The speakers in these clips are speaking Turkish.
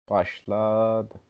Başladı.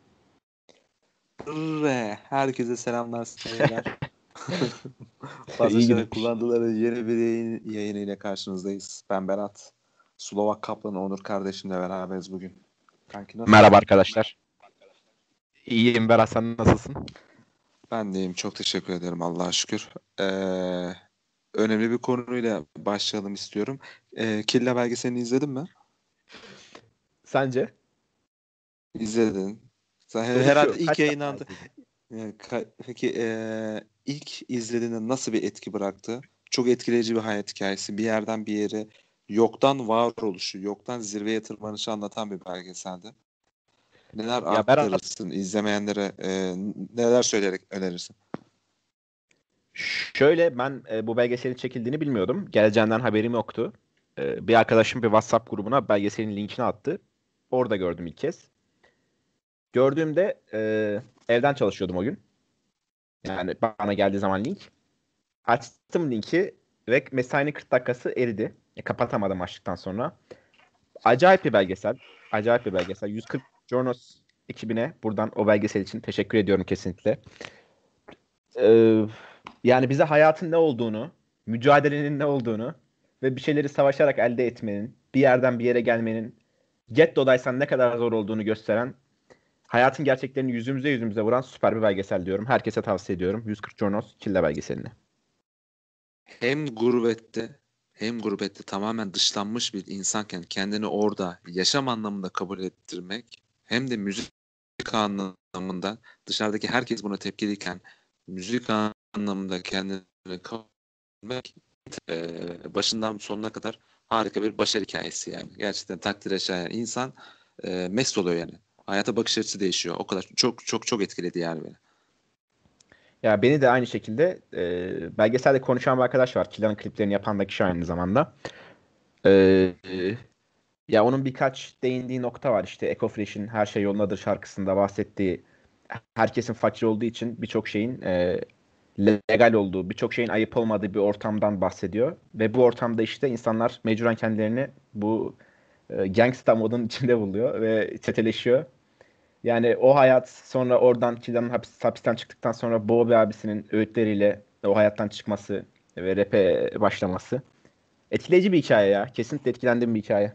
Ve herkese selamlar sevgiler. İyi Fazla gidiyor. kullandıkları yeni bir yayınıyla karşınızdayız. Ben Berat. Slovak Kaplan Onur kardeşimle beraberiz bugün. Kanki Merhaba nasılsın? arkadaşlar. İyiyim Berat, sen nasılsın? Ben de iyiyim. Çok teşekkür ederim Allah'a şükür. Önemli bir konuyla başlayalım istiyorum. Killa belgeselini izledin mi? Sence? İzledin. Sen Soru herhalde şu, ilk kaç defa yayınlandı. izledin? Peki ilk izlediğinde nasıl bir etki bıraktı? Çok etkileyici bir hayat hikayesi. Bir yerden bir yere yoktan varoluşu, yoktan zirveye tırmanışı anlatan bir belgeseldi. Neler Ya Berat, aktarırsın izlemeyenlere, neler söyleyerek önerirsin? şöyle ben bu belgeselin çekildiğini bilmiyordum. Geleceğinden haberim yoktu. Bir arkadaşım bir WhatsApp grubuna belgeselin linkini attı. Orada gördüm ilk kez. Gördüğümde evden çalışıyordum o gün. Yani bana geldiği zaman link. Açtım linki ve mesainin 40 dakikası eridi. Kapatamadım açtıktan sonra. Acayip bir belgesel. Acayip bir belgesel. 140 Jornos ekibine buradan o belgesel için teşekkür ediyorum kesinlikle. Ee, Yani bize hayatın ne olduğunu, mücadelenin ne olduğunu ve bir şeyleri savaşarak elde etmenin, bir yerden bir yere gelmenin, Getto'daysan ne kadar zor olduğunu gösteren, hayatın gerçeklerini yüzümüze vuran süper bir belgesel diyorum. Herkese tavsiye ediyorum. 140 Jornos Killa belgeselini. Hem gurbette tamamen dışlanmış bir insanken kendini orada yaşam anlamında kabul ettirmek hem de müzik anlamında dışarıdaki herkes buna tepkiliyken müzik anlamında kendini kabul etmek başından sonuna kadar harika bir başarı hikayesi yani. Gerçekten takdire şayan insan mest oluyor yani. Hayata bakış açısı değişiyor. O kadar çok çok çok etkiledi yani beni. Ya beni de aynı şekilde belgeselde konuşan bir arkadaş var. Killa'nın kliplerini yapan da kişi aynı zamanda. E, Ya onun birkaç değindiği nokta var. İşte Eko Fresh'in Her Şey Yolundadır şarkısında bahsettiği, herkesin fakir olduğu için birçok şeyin legal olduğu, birçok şeyin ayıp olmadığı bir ortamdan bahsediyor. Ve bu ortamda işte insanlar mecburen kendilerini bu gangsta modun içinde buluyor ve çeteleşiyor. Yani o hayat, sonra oradan Killa'nın hapisten çıktıktan sonra Bobby abisinin öğütleriyle o hayattan çıkması ve rap'e başlaması. Etkileyici bir hikaye ya. Kesinlikle etkilendiğim bir hikaye.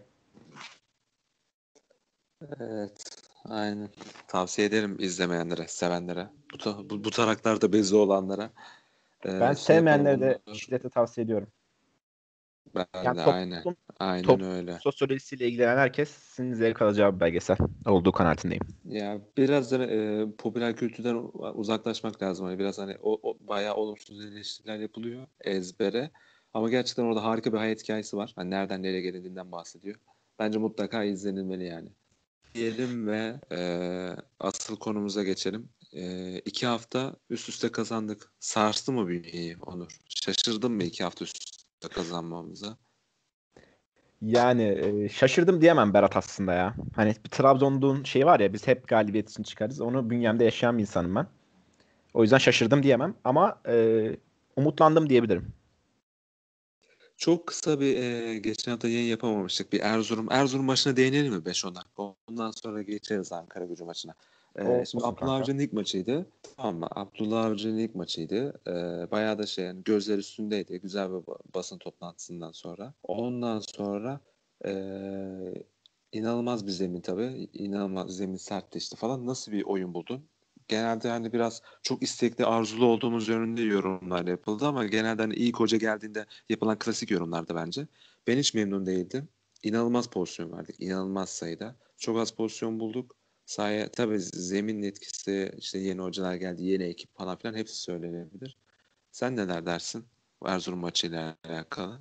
Evet, aynen. Tavsiye ederim izlemeyenlere, sevenlere. Bu taraklarda bezi olanlara. Ben Şey yapalım sevmeyenlere de onu. şiddetle tavsiye ediyorum. Ben Yani de aynen. Aynen toplum öyle. sosyolojisiyle ilgilenen herkesin zevk alacağı bir belgesel olduğu kanaatindeyim. Ya biraz da popüler kültürden uzaklaşmak lazım. Hani biraz hani o bayağı olumsuz eleştiriler yapılıyor ezbere. Ama gerçekten orada harika bir hayat hikayesi var. Hani nereden nereye gelindiğinden bahsediyor. Bence mutlaka izlenilmeli yani. Diyelim ve asıl konumuza geçelim. 2 hafta üst üste kazandık. Sarstı mı bünyeyi Onur? Şaşırdın mı 2 hafta üst üste kazanmamıza? Yani şaşırdım diyemem Berat aslında ya. Hani bir Trabzonluğun şeyi var ya, biz hep galibiyet için çıkarız. Onu bünyemde yaşayan bir insanım ben. O yüzden şaşırdım diyemem ama umutlandım diyebilirim. Çok kısa bir geçen hafta yayın yapamamıştık. Bir Erzurum maçına değinelim mi 5-10 dakika? Ondan sonra geçeriz Ankaragücü maçına. Şimdi Olsun Abdullah kanka. Avcı'nın ilk maçıydı. Tamam mı? Abdullah Avcı'nın ilk maçıydı. Bayağı da şey yani gözler üstündeydi. Güzel bir basın toplantısından sonra. Ondan sonra e, inanılmaz bir zemin tabii. İnanılmaz zemin sertleşti falan. Nasıl bir oyun buldun? Genelde hani biraz çok istekli, arzulu olduğumuz yönünde yorumlar yapıldı ama genelde hani ilk hoca geldiğinde yapılan klasik yorumlardı bence. Ben hiç memnun değildim. İnanılmaz pozisyon verdik. İnanılmaz sayıda. Çok az pozisyon bulduk. Tabii zeminin etkisi, işte yeni hocalar geldi, yeni ekip falan filan hepsi söylenebilir. Sen neler dersin bu Erzurum maçıyla alakalı?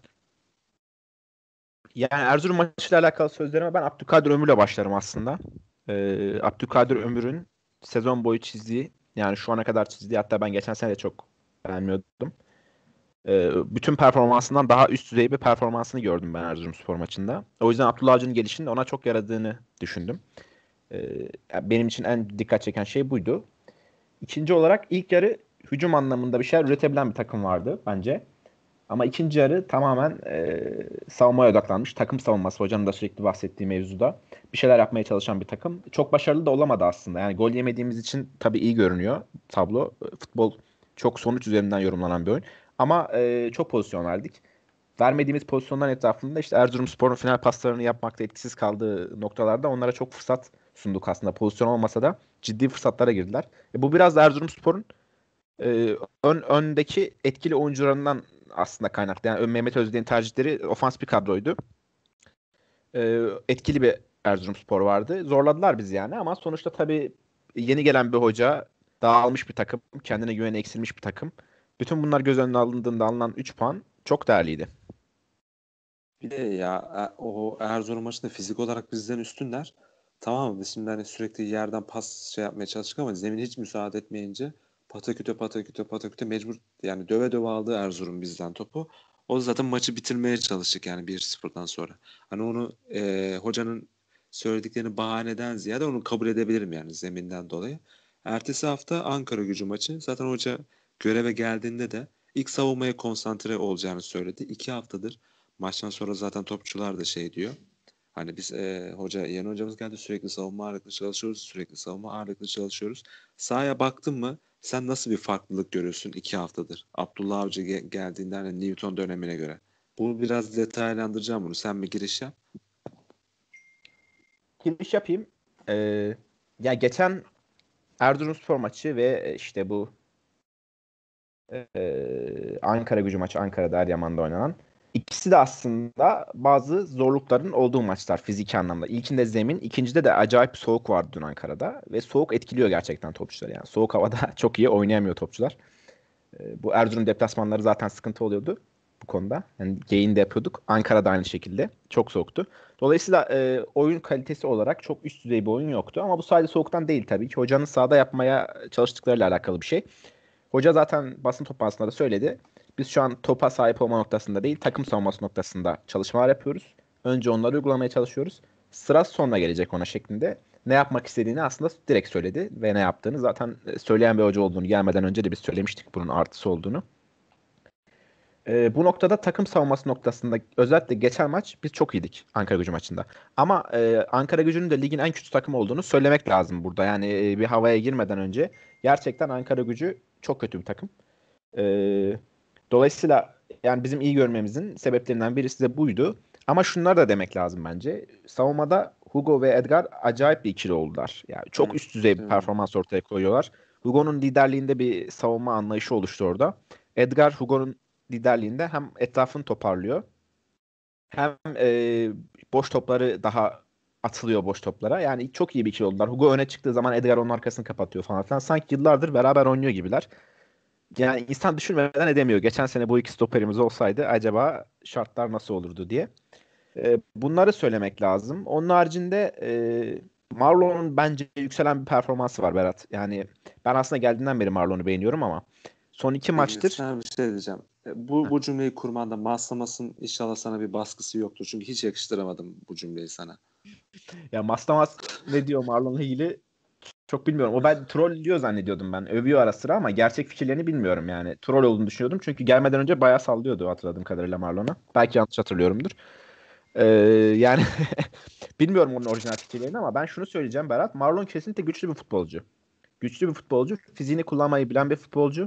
Yani Erzurum maçıyla alakalı sözlerime ben Abdülkadir Ömür'le başlarım aslında. Abdülkadir Ömür'ün sezon boyu çizdiği, yani şu ana kadar çizdiği, hatta ben geçen sene de çok beğenmiyordum. Bütün performansından daha üst düzey bir performansını gördüm ben Erzurumspor maçında. O yüzden Abdullah Avcı'nın gelişinin ona çok yaradığını düşündüm. Yani benim için en dikkat çeken şey buydu. İkinci olarak ilk yarı hücum anlamında bir şeyler üretebilen bir takım vardı bence. Ama ikinci yarı tamamen savunmaya odaklanmış. Takım savunması, hocanın da sürekli bahsettiği mevzuda. Bir şeyler yapmaya çalışan bir takım. Çok başarılı da olamadı aslında. Yani gol yemediğimiz için tabii iyi görünüyor tablo. Futbol çok sonuç üzerinden yorumlanan bir oyun. Ama çok pozisyon verdik. Vermediğimiz pozisyonların etrafında işte Erzurumspor'un final paslarını yapmakta etkisiz kaldığı noktalarda onlara çok fırsat sunduk aslında. Pozisyon olmasa da ciddi fırsatlara girdiler. Bu biraz da Erzurumspor'un öndeki etkili oyuncularından aslında kaynaklı. Yani Mehmet Özdilek'in tercihleri ofans bir kadroydu. Etkili bir Erzurumspor vardı. Zorladılar bizi yani ama sonuçta tabii yeni gelen bir hoca, dağılmış bir takım, kendine güveni eksilmiş bir takım. Bütün bunlar göz önüne alındığında alınan 3 puan çok değerliydi. Bir de ya o Erzurum maçında fizik olarak bizden üstünler. Tamam mı? Biz şimdi hani sürekli yerden pas şey yapmaya çalıştık ama zemin hiç müsaade etmeyince pataküte pataküte pataküte mecbur yani döve döve aldı Erzurum bizden topu. O zaten maçı bitirmeye çalıştık yani 1-0'dan sonra. Hani onu hocanın söylediklerini bahaneden ziyade onu kabul edebilirim yani zeminden dolayı. Ertesi hafta Ankara-Gücü maçı. Zaten hoca göreve geldiğinde de ilk savunmaya konsantre olacağını söyledi. 2 haftadır maçtan sonra zaten topçular da şey diyor. Hani biz yeni hocamız geldi sürekli savunma ağırlıklı çalışıyoruz. Sürekli savunma ağırlıklı çalışıyoruz. Sahaya baktın mı sen nasıl bir farklılık görüyorsun 2 haftadır? Abdullah Avcı geldiğinden hani Newton dönemine göre. Bunu biraz detaylandıracağım bunu. Sen bir giriş yap. Giriş yapayım. Ya geçen Erzurumspor maçı ve işte bu Ankara Gücü maçı, Ankara'da Eryaman'da oynanan. İkisi de aslında bazı zorlukların olduğu maçlar fiziki anlamda. İlkinde zemin, ikincide de acayip soğuk vardı dün Ankara'da ve soğuk etkiliyor gerçekten topçuları. Yani soğuk havada çok iyi oynayamıyor topçular. Bu Erzurum deplasmanları zaten sıkıntı oluyordu bu konuda. Yani gain de yapıyorduk. Ankara'da aynı şekilde. Çok soğuktu. Dolayısıyla oyun kalitesi olarak çok üst düzey bir oyun yoktu. Ama bu sadece soğuktan değil tabii ki. Hocanın sahada yapmaya çalıştıklarıyla alakalı bir şey. Hoca zaten basın toplantısında da söyledi. Biz şu an topa sahip olma noktasında değil, takım savunması noktasında çalışmalar yapıyoruz. Önce onları uygulamaya çalışıyoruz. Sıra sonra gelecek ona şeklinde. Ne yapmak istediğini aslında direkt söyledi ve ne yaptığını zaten söyleyen bir hoca olduğunu gelmeden önce de biz söylemiştik bunun artısı olduğunu. Bu noktada takım savunması noktasında özellikle geçen maç biz çok iyiydik Ankara Gücü maçında. Ama Ankara Gücü'nün de ligin en kötü takımı olduğunu söylemek lazım burada. Yani bir havaya girmeden önce gerçekten Ankara Gücü çok kötü bir takım. Ee, Dolayısıyla yani bizim iyi görmemizin sebeplerinden birisi de buydu. Ama şunları da demek lazım bence. Savunmada Hugo ve Edgar acayip bir ikili oldular. Yani çok Hı, üst düzey bir değil mi? performans ortaya koyuyorlar. Hugo'nun liderliğinde bir savunma anlayışı oluştu orada. Edgar Hugo'nun liderliğinde hem etrafını toparlıyor hem boş topları daha atılıyor boş toplara. Yani çok iyi bir ikili oldular. Hugo öne çıktığı zaman Edgar onun arkasını kapatıyor falan filan. Sanki yıllardır beraber oynuyor gibiler. Yani insan düşünmeden edemiyor. Geçen sene bu iki stoperimiz olsaydı acaba şartlar nasıl olurdu diye. Bunları söylemek lazım. Onun haricinde Marlon'un bence yükselen bir performansı var Berat. Yani ben aslında geldiğinden beri Marlon'u beğeniyorum ama son iki Peki maçtır. sana bir şey diyeceğim. Bu cümleyi kurmanda Maslamas'ın inşallah sana bir baskısı yoktur. Çünkü hiç yakıştıramadım bu cümleyi sana. Ya Mastamas ne diyor Marlon'la ilgili çok bilmiyorum. O ben troll diyor zannediyordum ben. Övüyor ara sıra ama gerçek fikirlerini bilmiyorum yani. Troll olduğunu düşünüyordum. Çünkü gelmeden önce bayağı sallıyordu hatırladığım kadarıyla Marlon'a. Belki yanlış hatırlıyorumdur. Ee, Yani bilmiyorum onun orijinal fikirlerini ama ben şunu söyleyeceğim Berat. Marlon kesinlikle güçlü bir futbolcu. Güçlü bir futbolcu. Fiziğini kullanmayı bilen bir futbolcu.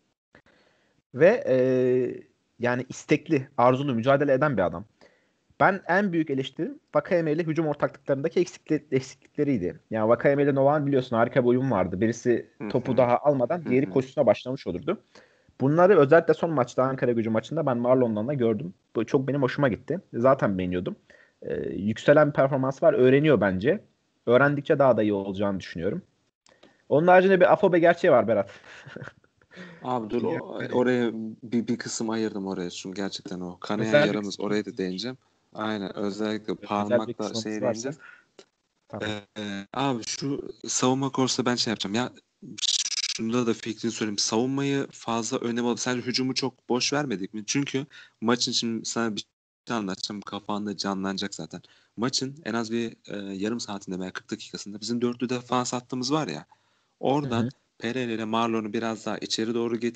Ve yani istekli, arzulu, mücadele eden bir adam. Ben en büyük eleştirim Vakayeme ile hücum ortaklıklarındaki eksiklikleriydi. Yani Vakayeme ile Novan biliyorsun harika bir uyum vardı. Birisi Hı topu hı, daha almadan hı diğeri hı. koşusuna başlamış olurdu. Bunları özellikle son maçta Ankara Gücü maçında ben Marlon'dan da gördüm. Bu çok benim hoşuma gitti. Zaten beğeniyordum. Yükselen bir performans var. Öğreniyor bence. Öğrendikçe daha da iyi olacağını düşünüyorum. Onun haricinde bir Afobe gerçeği var Berat. Abi dur oraya bir kısım ayırdım oraya. Çünkü gerçekten o kanayan Özel bir yaramız kısmımız oraya da değineceğim. Aynen özellikle özel bir parmakla kısmımız şeye varsa değineceğim. tamam. Abi şu savunma konusunda ben şey yapacağım. Ya şunda da fikrini söyleyeyim. Savunmayı fazla önem alıp sadece hücumu çok boş vermedik mi? Çünkü maçın şimdi sana bir şey anlatacağım. Kafanda canlanacak zaten. Maçın en az bir yarım saatinde veya 40 dakikasında bizim dörtlü defans hattımız var ya. Hı Oradan hı. Pereira ile Marlon'u biraz daha içeri doğru getirt.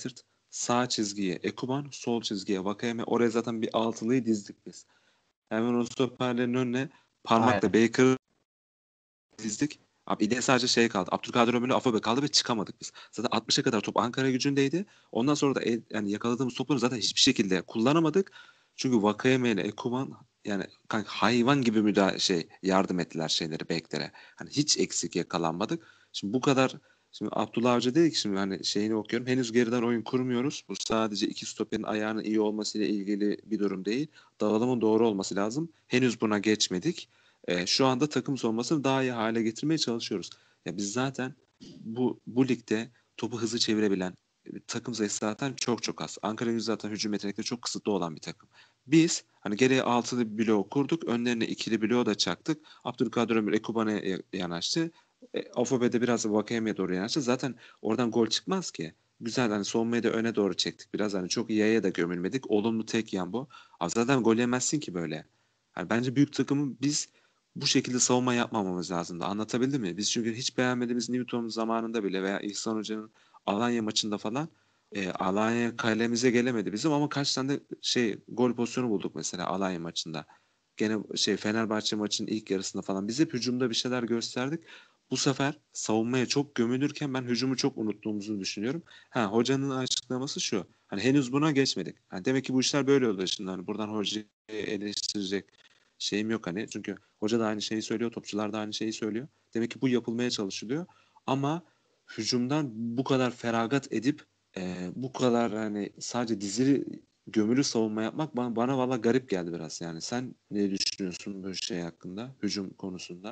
Sağ çizgiye Ekuban, sol çizgiye Vakayeme. Oraya zaten bir altılıyı dizdik biz. Hemen o stoperlerin önüne parmakla Aynen. Baker'ı dizdik. Abi İde sadece şey kaldı. Abdülkadir Ömür'le Afobe kaldı ve çıkamadık biz. Zaten 60'a kadar top Ankara Gücü'ndeydi. Ondan sonra da yani yakaladığımız topları zaten hiçbir şekilde kullanamadık. Çünkü Vakayeme ile Ekuban yani kanka hayvan gibi yardım ettiler şeyleri beklere. Hani hiç eksik yakalanmadık. Şimdi bu kadar şimdi Abdullah Avcı dedi ki şimdi hani şeyini okuyorum. Henüz geriden oyun kurmuyoruz. Bu sadece iki stoperin ayağının iyi olmasıyla ilgili bir durum değil. Dağılımın doğru olması lazım. Henüz buna geçmedik. Şu anda takım savunmasını daha iyi hale getirmeye çalışıyoruz. Ya biz zaten bu ligde topu hızlı çevirebilen takım sayısı zaten çok çok az. Ankara Gücü zaten hücum yetenekleri çok kısıtlı olan bir takım. Biz hani geriye altılı bir blok kurduk. Önlerine ikili blok da çaktık. Abdülkadir Ömür Ekuban'a yanaştı. Afobe'de biraz Vakayeme'ye doğru yanaştı. Zaten oradan gol çıkmaz ki. Güzel hani savunmayı da öne doğru çektik. Biraz hani çok yaya da gömülmedik. Olumlu tek yan bu. Abi zaten gol yemezsin ki böyle. Yani bence büyük takımı biz bu şekilde savunma yapmamamız lazımdı. Anlatabildim mi? Biz çünkü hiç beğenmediğimiz Newton zamanında bile veya İhsan Hoca'nın Alanya maçında falan Alanya kalemize gelemedi bizim ama kaç tane de gol pozisyonu bulduk mesela Alanya maçında. Gene Fenerbahçe maçının ilk yarısında falan biz hep hücumda bir şeyler gösterdik. Bu sefer savunmaya çok gömülürken ben hücumu çok unuttuğumuzu düşünüyorum. Hocanın açıklaması şu. Hani henüz buna geçmedik. Hani demek ki bu işler böyle oluyor şimdi. Hani buradan hocayı eleştirecek şeyim yok hani. Çünkü hoca da aynı şeyi söylüyor, topçular da aynı şeyi söylüyor. Demek ki bu yapılmaya çalışılıyor. Ama hücumdan bu kadar feragat edip bu kadar hani sadece dizili gömülü savunma yapmak bana valla garip geldi biraz yani. Sen ne düşünüyorsun bu şey hakkında, hücum konusunda?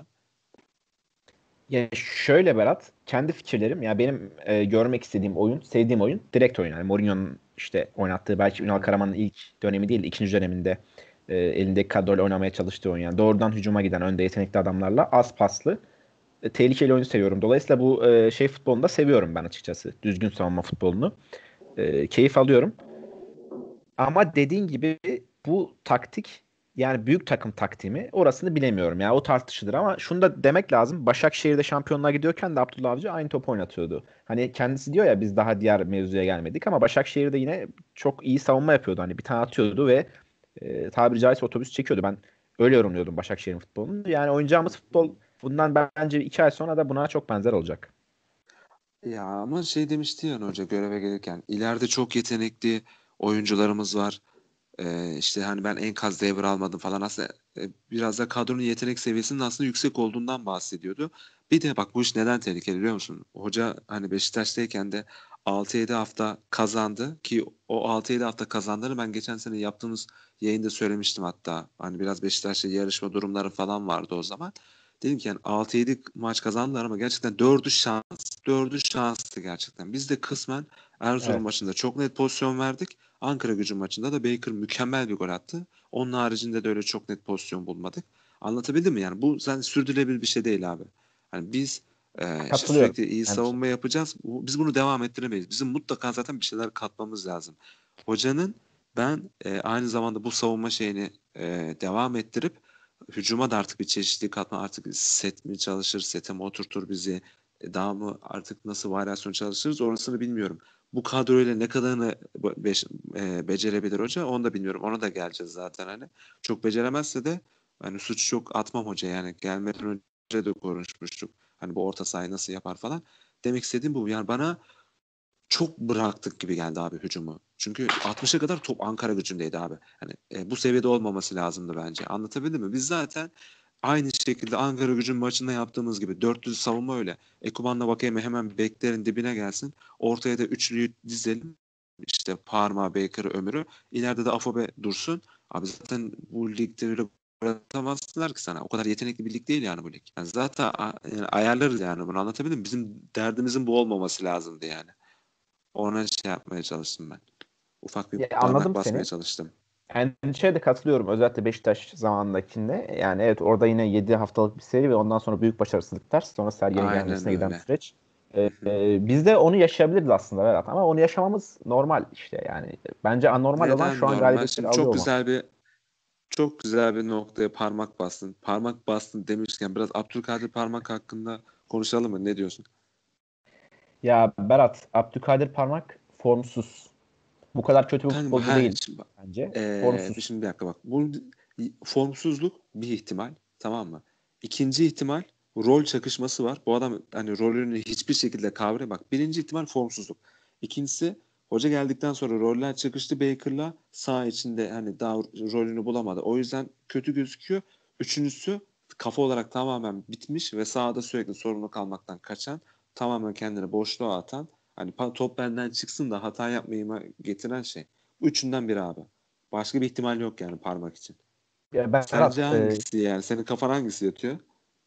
Ya şöyle Berat, kendi fikirlerim. Ya benim görmek istediğim oyun, sevdiğim oyun direkt oyun. Yani Mourinho'nun işte oynattığı belki Ünal Hı. Karaman'ın ilk dönemi değil, ikinci döneminde elindeki kadroyla oynamaya çalıştığı oyun. Yani doğrudan hücuma giden önde yetenekli adamlarla az paslı tehlikeli oyunu seviyorum. Dolayısıyla bu futbolunu da seviyorum ben açıkçası. Düzgün savunma futbolunu. Keyif alıyorum. Ama dediğin gibi bu taktik yani büyük takım taktiği mi orasını bilemiyorum. Yani o tartışılır ama şunu da demek lazım. Başakşehir'de şampiyonluğa gidiyorken de Abdullah Avcı aynı topu oynatıyordu. Hani kendisi diyor ya biz daha diğer mevzuya gelmedik ama Başakşehir'de yine çok iyi savunma yapıyordu. Hani bir tane atıyordu ve tabiri caizse otobüs çekiyordu. Ben öyle yorumluyordum Başakşehir'in futbolunu. Yani oynayacağımız futbol bundan bence 2 ay sonra da buna çok benzer olacak. Ya ama demişti yani hoca göreve gelirken ileride çok yetenekli oyuncularımız var. İşte hani ben enkaz devralmadım falan aslında biraz da kadronun yetenek seviyesinin aslında yüksek olduğundan bahsediyordu. Bir de bak bu iş neden tehlikeli biliyor musun? Hoca hani Beşiktaş'tayken de 6-7 hafta kazandı ki o 6-7 hafta kazandığını ben geçen sene yaptığımız yayında söylemiştim hatta. Hani biraz Beşiktaş'ta yarışma durumları falan vardı o zaman. Dedim ki yani 6-7 maç kazandılar ama gerçekten dördü şans. Dördü şanstı gerçekten. Biz de kısmen Erzurum Evet. maçında çok net pozisyon verdik. Ankara Gücü maçında da Baker mükemmel bir gol attı. Onun haricinde de öyle çok net pozisyon bulmadık. Anlatabildim mi? Yani bu zaten sürdürülebilir bir şey değil abi. Hani biz işte Katılıyorum. sürekli iyi Yani savunma yapacağız. Biz bunu devam ettiremeyiz. Bizim mutlaka zaten bir şeyler katmamız lazım. Hocanın ben aynı zamanda bu savunma şeyini devam ettirip hücuma da artık bir çeşitlilik katma artık set mi çalışır, sete mi oturtur bizi daha mı artık nasıl varyasyon çalışırız orasını bilmiyorum. Bu kadroyla ne kadarını becerebilir hoca onu da bilmiyorum. Ona da geleceğiz zaten hani. Çok beceremezse de hani suç çok atmam hoca yani gelmeden önce de konuşmuştuk. Hani bu orta sahayı nasıl yapar falan. Demek istediğim bu. Yani bana çok bıraktık gibi geldi abi hücumu. Çünkü 60'a kadar top Ankara Gücü'ndeydi abi. Hani bu seviyede olmaması lazımdı bence. Anlatabildim mi? Biz zaten aynı şekilde Ankara Gücü'nün maçında yaptığımız gibi 400 savunma öyle. Ekuban'la Vakayeme hemen beklerin dibine gelsin. Ortaya da üçlüyü dizelim. İşte Parma, Baker, Ömür'ü. İleride de Afobe dursun. Abi zaten bu ligde öyle atamazlar ki sana. O kadar yetenekli bir lig değil yani bu lig. Yani zaten yani ayarlarız yani bunu anlatabildim mi? Bizim derdimizin bu olmaması lazımdı yani. Ona yapmaya çalıştım ben. Ufak bir ya parmak anladım basmaya seni. çalıştım. Endişeye de katılıyorum. Özellikle Beşiktaş zamanındakinde. Yani evet orada yine 7 haftalık bir seri ve ondan sonra büyük başarısızlıklar. Sonra Sergen'in Aynen gelmesine giden bir öyle. süreç. Hı hı. Biz de onu yaşayabiliriz aslında Berat. Ama onu yaşamamız normal işte. Yani bence anormal olan Neden şu an normal? galibiyetleri Şimdi alıyor çok olmamız. güzel bir noktaya parmak bastın. Parmak bastın demişken biraz Abdülkadir Parmak hakkında konuşalım mı? Ne diyorsun? Ya Berat, Abdülkadir Parmak formsuz. Bu kadar kötü bir Kanka, futbolcu değil şimdi bak. bence. Formsuz. Şimdi bir dakika bak. Bu formsuzluk bir ihtimal. Tamam mı? İkinci ihtimal rol çakışması var. Bu adam hani rolünü hiçbir şekilde kavramıyor. Bak, birinci ihtimal formsuzluk. İkincisi, hoca geldikten sonra roller çakıştı Baker'la, saha içinde hani daha rolünü bulamadı. O yüzden kötü gözüküyor. Üçüncüsü, kafa olarak tamamen bitmiş ve sahada sürekli sorumluluk almaktan kaçan, tamamen kendini boşluğa atan, hani top benden çıksın da hata yapmayayım getiren şey. Bu üçünden biri abi. Başka bir ihtimal yok yani parmak için. Ya Sence Berat, hangisi yani? Senin kafan hangisi yatıyor?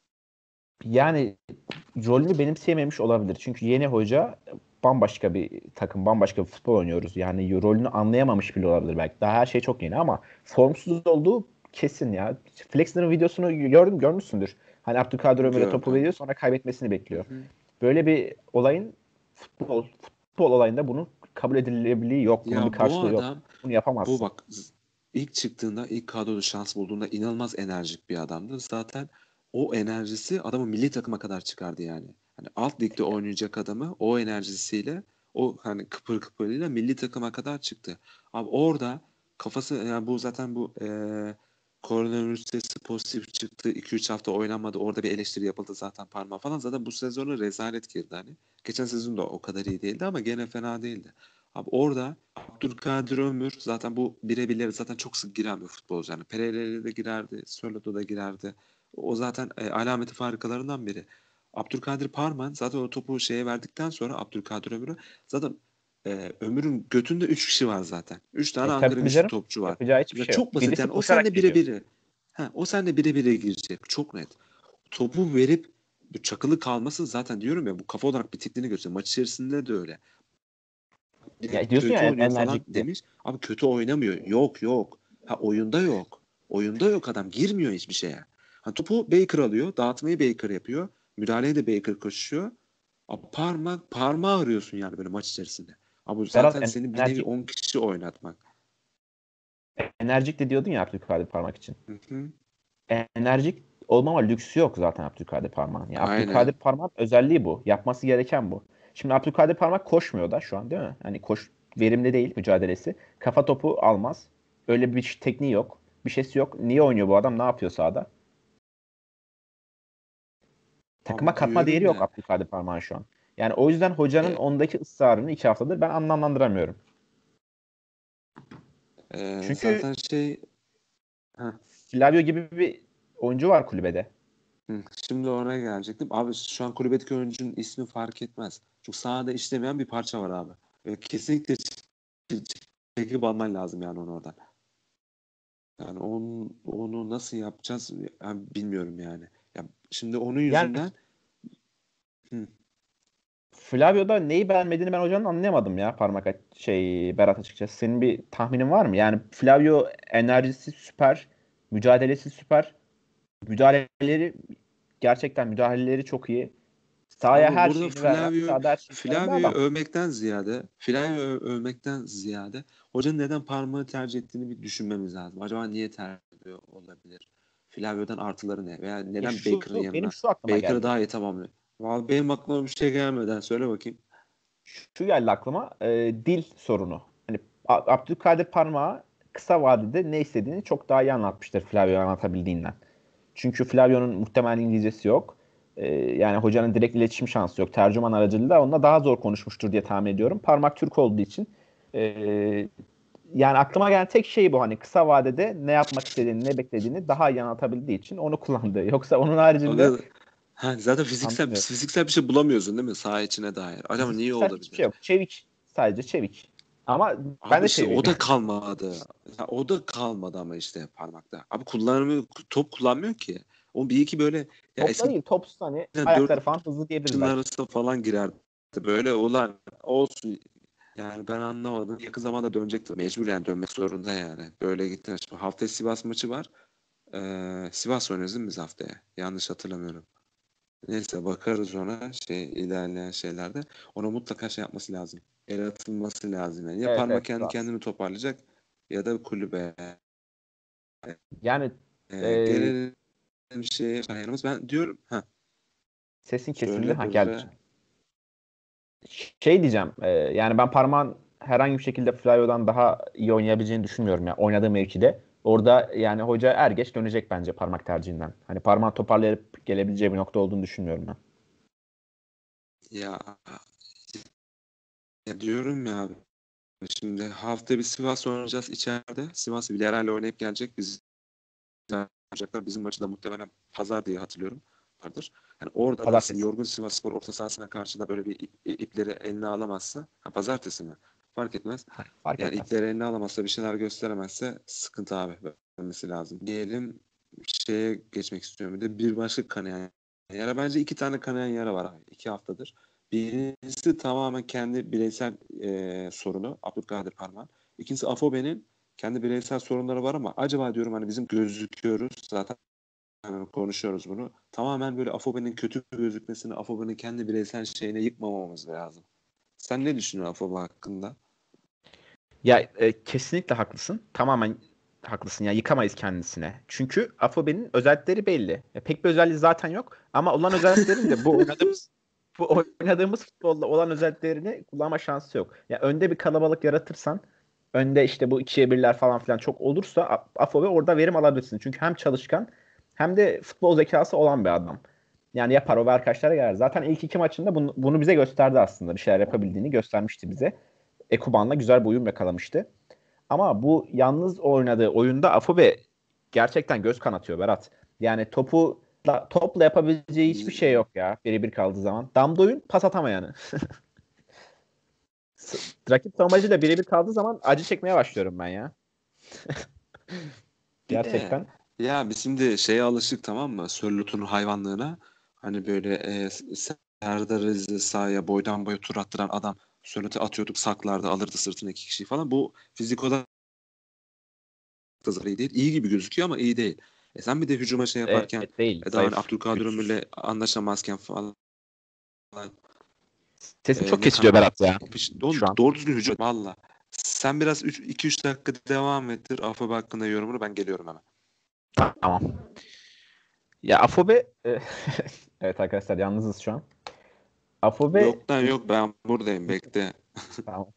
yani rolünü benimseyememiş olabilir. Çünkü yeni hoca, bambaşka bir takım, bambaşka bir futbol oynuyoruz. Yani rolünü anlayamamış bile olabilir belki. Daha her şey çok yeni ama formsuz olduğu kesin ya. Flexner'ın videosunu görmüşsündür. Hani Abdülkadir Ömür'e Gördüm topu veriyor, kanka. sonra kaybetmesini Hı bekliyor. hı. Böyle bir olayın futbol olayında bunun kabul edilebilirliği yok. Bunun bir Ya bu karşılığı yok. adam, Bunu bu yapamazsın. bak, ilk çıktığında, ilk kadroda şans bulduğunda inanılmaz enerjik bir adamdı. Zaten o enerjisi adamı milli takıma kadar çıkardı yani. Hani alt ligde oynayacak adamı o enerjisiyle, o hani kıpır kıpırıyla milli takıma kadar çıktı. Abi orada kafası, yani bu zaten bu koronavirüs testi pozitif çıktı. 2-3 hafta oynanmadı. Orada bir eleştiri yapıldı zaten, parmağı falan. Zaten bu sezona rezalet girdi hani. Geçen sezon da o kadar iyi değildi ama gene fena değildi. Abi orada Abdülkadir Ömür, zaten bu birebirleri zaten çok sık giren bir futbolcu. Yani Pereira'ya da girerdi, Sörloth'a da girerdi. O zaten alameti farikalarından biri. Abdülkadir Parman zaten o topu şeye verdikten sonra Abdülkadir Ömür'ü, zaten Ömür'ün götünde 3 kişi var zaten. 3 tane Ankara Tabii Güçlü canım. topçu var. Yapacağı hiçbir Mesela şey yok. çok basit Birisi yani, o koşarak seninle geliyor. birebiri. O seninle birebire girecek. Çok net. Topu verip bu çakılı kalması, zaten diyorum ya, bu kafa olarak bitikliğini gösteriyor. Maç içerisinde de öyle. Ya diyorsun Kötü ya, oynuyor falan enerjik diye. demiş. Abi kötü oynamıyor. Yok yok. Ha, oyunda yok. Oyunda yok adam. Girmiyor hiçbir şeye. Ha, topu Baker alıyor. Dağıtmayı Baker yapıyor. Müdahaleye de Baker koşuyor. Abi parmağı arıyorsun yani böyle maç içerisinde. Abi Berat, zaten seni bir nevi enerjik 10 kişi oynatmak. enerjik de diyordun ya Abdülkadir Parmak için. Hı hı. Enerjik olmama lüksü yok zaten Abdülkadir Parmak'ın. Ya Abdülkadir Aynen. Parmak'ın özelliği bu. Yapması gereken bu. Şimdi Abdülkadir Parmak koşmuyor da şu an, değil mi? Hani verimli değil mücadelesi. Kafa topu almaz. Öyle bir tekniği yok. Bir şeysi yok. Niye oynuyor bu adam? Ne yapıyor sahada? Takıma Abi katma değeri diyorum yok ya, Abdülkadir Parmak'ın şu an. Yani o yüzden hocanın e, ondaki ısrarını 2 haftadır ben anlamlandıramıyorum. Çünkü zaten şey, heh, Flavio gibi bir oyuncu var kulübede. şimdi oraya gelecektim. Abi şu an kulübedeki oyuncunun ismi fark etmez. Çünkü sahada işlemeyen bir parça var abi. Kesinlikle çekip alman lazım yani onu oradan. Yani onu nasıl yapacağız, yani bilmiyorum yani. Ya şimdi onun Yani yüzünden, hı, Flavio'da neyi beğenmediğini ben hocanın anlayamadım ya, Berat, açıkçası. Senin bir tahminin var mı? Yani Flavio enerjisi süper, mücadelesi süper. Müdahaleleri müdahaleleri çok iyi. Sahaya abi her burada şeyini veren, sahada her şeyini veren bir Flavio'yu adam. övmekten ziyade hocanın neden parmağı tercih ettiğini bir düşünmemiz lazım. Acaba niye tercih ediyor olabilir? Flavio'dan artıları ne? Veya Ya neden Baker'ın benim yanına şu aklıma Baker'ı geldi. daha iyi tamamlıyor? Vallahi benim aklıma bir şey gelmeden söyle bakayım. Şu geldi aklıma. Dil sorunu. Hani Abdülkadir Parmağı kısa vadede ne istediğini çok daha iyi anlatmıştır Flavio anlatabildiğinden. Çünkü Flavio'nun muhtemelen İngilizcesi yok. Yani hocanın direkt iletişim şansı yok. Tercüman aracılığıyla onunla daha zor konuşmuştur diye tahmin ediyorum. Parmak Türk olduğu için. Yani aklıma gelen tek şey bu. Hani kısa vadede ne yapmak istediğini, ne beklediğini daha iyi anlatabildiği için onu kullandı. Yoksa onun haricinde Zaten anlamıyorum. fiziksel bir şey bulamıyorsun değil mi saha içine dair? Acaba niye Fiziksel hiçbir şey olabilir? yok. Çevik. Sadece çevik. Ama ben Abi de işte o çeviriyim. da kalmadı. Ya o da kalmadı ama işte parmakta. Abi kullanmıyor, top kullanmıyor ki. O bir iki böyle, ya Topla eskiden değil. Topsuz, hani 4 ayakları falan hızlı diyebilirim kişinin belki. arasında falan girerdi. Böyle ulan olsun. Yani ben anlamadım. Yakın zamanda dönecekti. Mecburen dönmek zorunda yani. Böyle gitti. Şimdi haftaya Sivas maçı var. Sivas oynuyoruz değil mi biz haftaya? Yanlış hatırlamıyorum. Neyse bakarız ona ilerleyen şeylerde. Ona mutlaka şey yapması lazım. El atılması lazım yani. Ya Evet, parmak evet. kendi Sivas. kendini toparlayacak ya da kulübe. Yani e, Gelelim yanımız. Ben diyorum, sesin kesildi. söyle Ha, geldi Burre. şimdi. Şey diyeceğim. Yani ben Parmak'ın herhangi bir şekilde Flavio'dan daha iyi oynayabileceğini düşünmüyorum ya oynadığı mevkide. Orada yani hoca er geç dönecek bence parmak tercihinden. Hani parmağı toparlayıp gelebileceği bir nokta olduğunu düşünmüyorum ben. Ya, ya diyorum ya abi. Şimdi hafta bir Sivas oynayacağız içeride. Sivas Villarreal'le oynayıp gelecek. Biz oynayacaklar. Bizim maçı da muhtemelen pazar diye hatırlıyorum. Vardır. Yani orada da Pazartesi. yorgun Sivasspor orta sahasına karşı da böyle bir ipleri eline alamazsa, pazartesi mi? Fark etmez. Fark Yani etmez. ipleri eline alamazsa, bir şeyler gösteremezse sıkıntı abi, vermesi lazım. Diyelim, şeye geçmek istiyorum. Bir de bir başka kanayan yara. Bence iki tane kanayan yara var abi. 2 haftadır. Birincisi tamamen kendi bireysel sorunu. Abdülkadir Parmak. İkincisi Afobe'nin kendi bireysel sorunları var ama acaba diyorum, hani bizim gözüküyoruz zaten, yani konuşuyoruz bunu. Tamamen böyle Afobe'nin kötü gözükmesini, Afobe'nin kendi bireysel şeyine yıkmamamız lazım. Sen ne düşünüyorsun Afobe hakkında? Ya kesinlikle haklısın. Tamamen haklısın. Ya yıkamayız kendisine. Çünkü Afobe'nin özellikleri belli. Pek bir özelliği zaten yok. Ama olan özelliklerin de bu oynadığımız futbolda olan özelliklerini kullanma şansı yok. Ya önde bir kalabalık yaratırsan, önde işte bu ikiye birler falan filan çok olursa Afobe orada verim alabilirsin. Çünkü hem çalışkan hem de futbol zekası olan bir adam. Yani yapar o ve arkadaşlara gelir. Zaten ilk iki maçında bunu bize gösterdi aslında. Bir şeyler yapabildiğini göstermişti bize. Ekuban'la güzel bir uyum yakalamıştı. Ama bu yalnız oynadığı oyunda Afobe gerçekten göz kanatıyor Berat. Yani topla yapabileceği hiçbir şey yok ya birebir kaldığı zaman. Damdoyun pas atamayanı. Rakip savunmacıyla birebir kaldığı zaman acı çekmeye başlıyorum ben ya. Bir de Gerçekten. ya biz şimdi şeye alışık, tamam mı? Sörlot'un hayvanlığına. Hani böyle Serdar Aziz'i sahaya boydan boya tur attıran adam, Sörlot'u atıyorduk, saklardı, alırdı sırtına 2 kişi falan. Bu fizik olarak da iyi değil. İyi gibi gözüküyor ama iyi değil. Sen bir de hücuma şey yaparken, Evet, değil. daha hani Zayıf. Abdülkadir Güçsüz. Ömür'le anlaşamazken falan, Sesin çok ne kesiliyor kanat Berat ya oğlum, şu an. doğru düzgün hücum valla. Sen biraz 2-3 dakika devam ettir. Afobe hakkında yorumunu, ben geliyorum hemen. Tamam. Ya Afobe evet arkadaşlar yalnızız şu an. Afobe Yoktan yok, ben buradayım, bekle. tamam.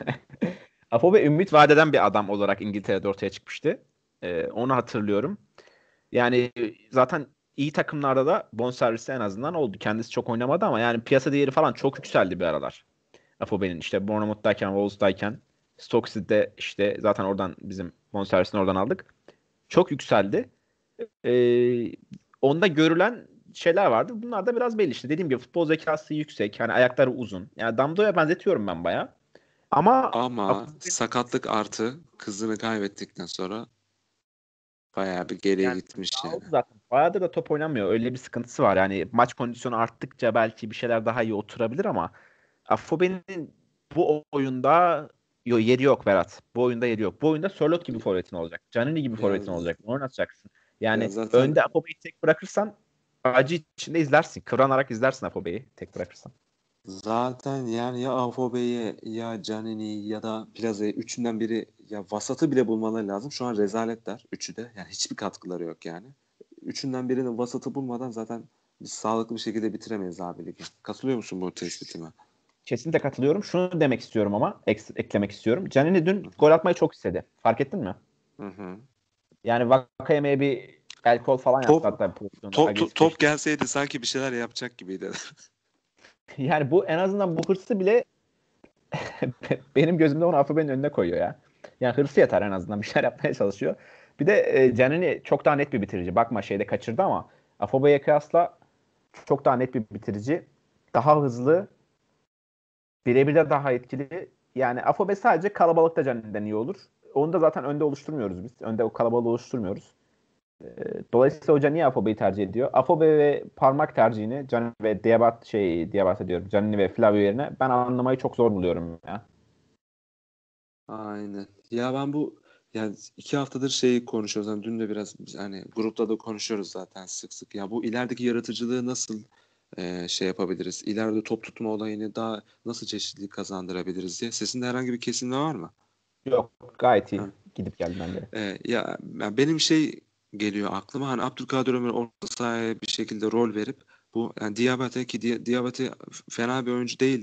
Afobe ümit vadeden bir adam olarak İngiltere'de ortaya çıkmıştı. Onu hatırlıyorum. Yani zaten iyi takımlarda da bonservisi en azından oldu. Kendisi çok oynamadı ama yani piyasa değeri falan çok yükseldi bir aralar. Afobe'nin işte Bournemouth'tayken, Wolves'tayken, Stoke City'de işte zaten oradan bizim bonservisini oradan aldık. Çok yükseldi. Ee, Onda görülen şeyler vardı. Bunlar da biraz belli işte. Dediğim gibi futbol zekası yüksek. Hani ayakları uzun. Yani Damdo'ya benzetiyorum ben bayağı. Ama Ama sakatlık artı kızını kaybettikten sonra bayağı bir geriye yani gitmiş daha yani. oldu zaten. Bayağıdır da top oynamıyor. Öyle bir sıkıntısı var. Yani maç kondisyonu arttıkça belki bir şeyler daha iyi oturabilir ama Afobe'nin bu oyunda yeri yok Berat. Bu oyunda yeri yok. Bu oyunda Sörloth gibi forvetin olacak. Canini gibi Ya, forvetin olacak. Onu oynatacaksın. ya Yani zaten önde Afobe'yi tek bırakırsan acı içinde izlersin. Kıvranarak izlersin Afobe'yi tek bırakırsan. zaten yani ya Afobe'yi ya Canini ya da Plaza'yı, üçünden biri, ya vasatı bile bulmaları lazım. Şu an rezaletler üçü de. Yani hiçbir katkıları yok yani. Üçünden birinin vasatı bulmadan zaten biz sağlıklı bir şekilde bitiremeyiz abi ligi. Katılıyor musun bu tespitime? Kesinlikle katılıyorum. Şunu demek istiyorum ama eklemek istiyorum. Canini dün gol atmayı çok istedi. Fark ettin mi? Hı hı. Yani Vakayeme'ye bir el kol falan yaptı Top hatta bir pozisyonda top agresifleşti. gelseydi sanki bir şeyler yapacak gibiydi. Yani bu en azından bu hırsı bile benim gözümde onu Afobe'nin önüne koyuyor ya. Yani hırsı yeter en azından bir şeyler yapmaya çalışıyor. Bir de Canini çok daha net bir bitirici. Bakma şeyde kaçırdı ama Afobe'ye kıyasla çok daha net bir bitirici. Daha hızlı, birebir de daha etkili. Yani Afobe sadece kalabalıkta Canini'den iyi olur. Onu da zaten önde oluşturmuyoruz biz. Önde o kalabalığı oluşturmuyoruz. Dolayısıyla hoca niye Afobe'yi tercih ediyor? Afobe ve parmak tercihini Can ve Diabat diyorum. Canini ve Flavio yerine ben anlamayı çok zor buluyorum ya. Aynen. Ya ben bu, yani 2 haftadır şeyi konuşuyoruz. Hani dün de biraz hani grupta da konuşuyoruz zaten sık sık. Ya bu ilerideki yaratıcılığı nasıl şey yapabiliriz? İleride top tutma olayını daha nasıl çeşitlilik kazandırabiliriz diye. Sesinde herhangi bir kesinlikle var mı? Yok gayet iyi. Ha. Gidip geldiğinden beri. Ya benim şey geliyor aklıma, hani Abdülkadir Ömür orta sahaya bir şekilde rol verip bu, yani Diabate, ki Diabate fena bir oyuncu değildir